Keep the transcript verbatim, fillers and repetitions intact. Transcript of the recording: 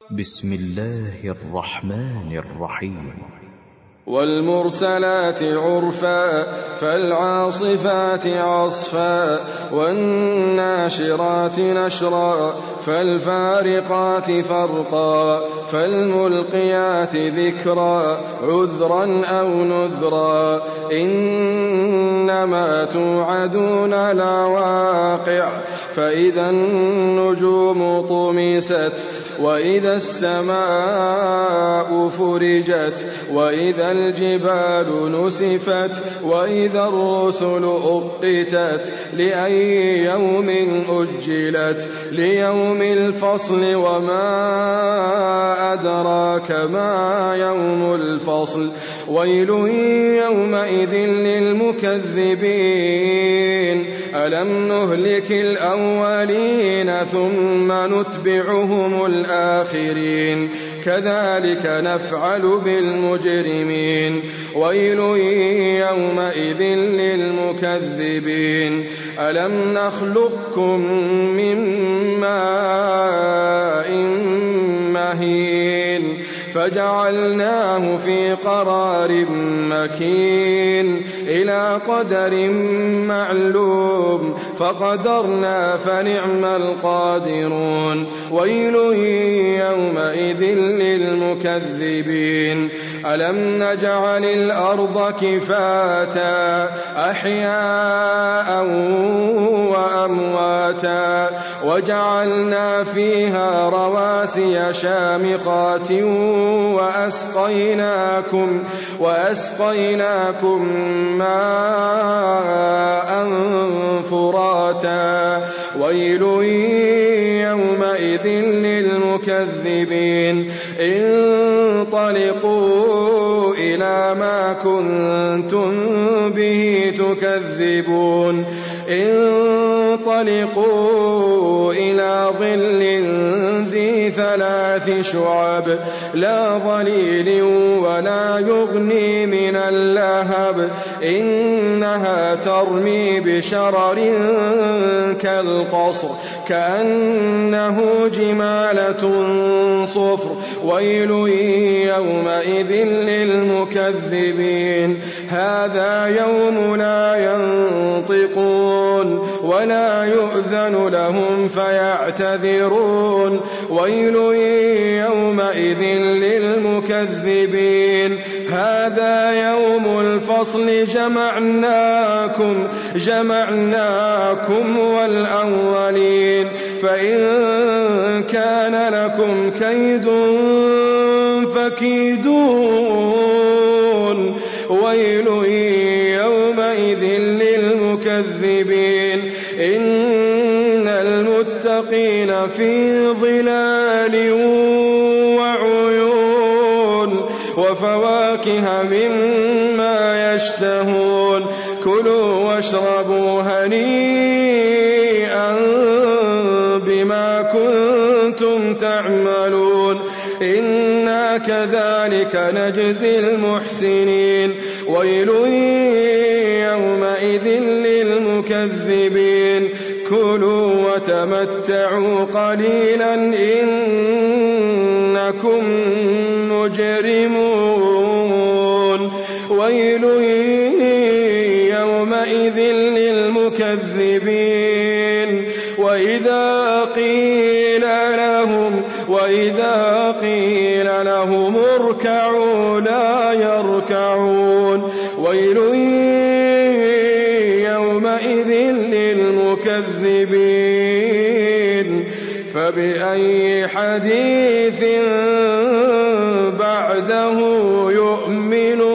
بسم الله الرحمن الرحيم. والمرسلات عرفا فالعاصفات عصفا والناشرات نشرا فالفارقات فرقا فالملقيات ذكرا عذرا أو نذرا إنما توعدون لواقع فإذا النجوم طمست وإذا السماء فرجت وإذا الجبال نسفت وإذا الرسل أقتت لأي يوم أجلت ليوم الفصل وما أدراك ما يوم الفصل ويل يومئذ للمكذبين ألم نهلك الأولين ثم نتبعهم الآخرين كذلك نفعل بالمجرمين ويل يومئذ للمكذبين ألم نخلقكم من ماء مهين فجعلناه في قرار مكين إلى قدر معلوم فقدرنا فنعم القادرون ويل يومئذ للمكذبين ألم نجعل الأرض كفاتا أحياء وأمواتا وجعلنا فيها رواسي شامخات وأسقيناكم, وأسقيناكم ماء فراتا ويل يومئذ للمكذبين انطلقوا إلى ما كنتم به تكذبون انطلقوا إلى ظل ذي ثلاث شعب لا ظليل ولا يغني من اللهب إنها ترمي بشرر كالقصر كأنه جمالة صفر ويل يومئذ للمكذبين هذا يوم لا ينطقون ولا يؤذن لهم فيعتذرون ويل يومئذ للمكذبين هذا يوم الفصل جمعناكم جمعناكم والأولين فإن كان لكم كيد فكيدون ويل يومئذ للمكذبين إن المتقين في ظلال وعيون وفواكه مما يشتهون كلوا واشربوا هنيئا بما كنتم تعملون إنا كذلك نجزي المحسنين ويل يومئذ للمكذبين كلوا وتمتعوا قليلا إنكم مجرمون ويل يومئذ للمكذبين وإذا قيل لهم وإذا قيل لهم اركعوا لا يركعون ويل يومئذ للمكذبين فبأي حديث بعده يؤمنون.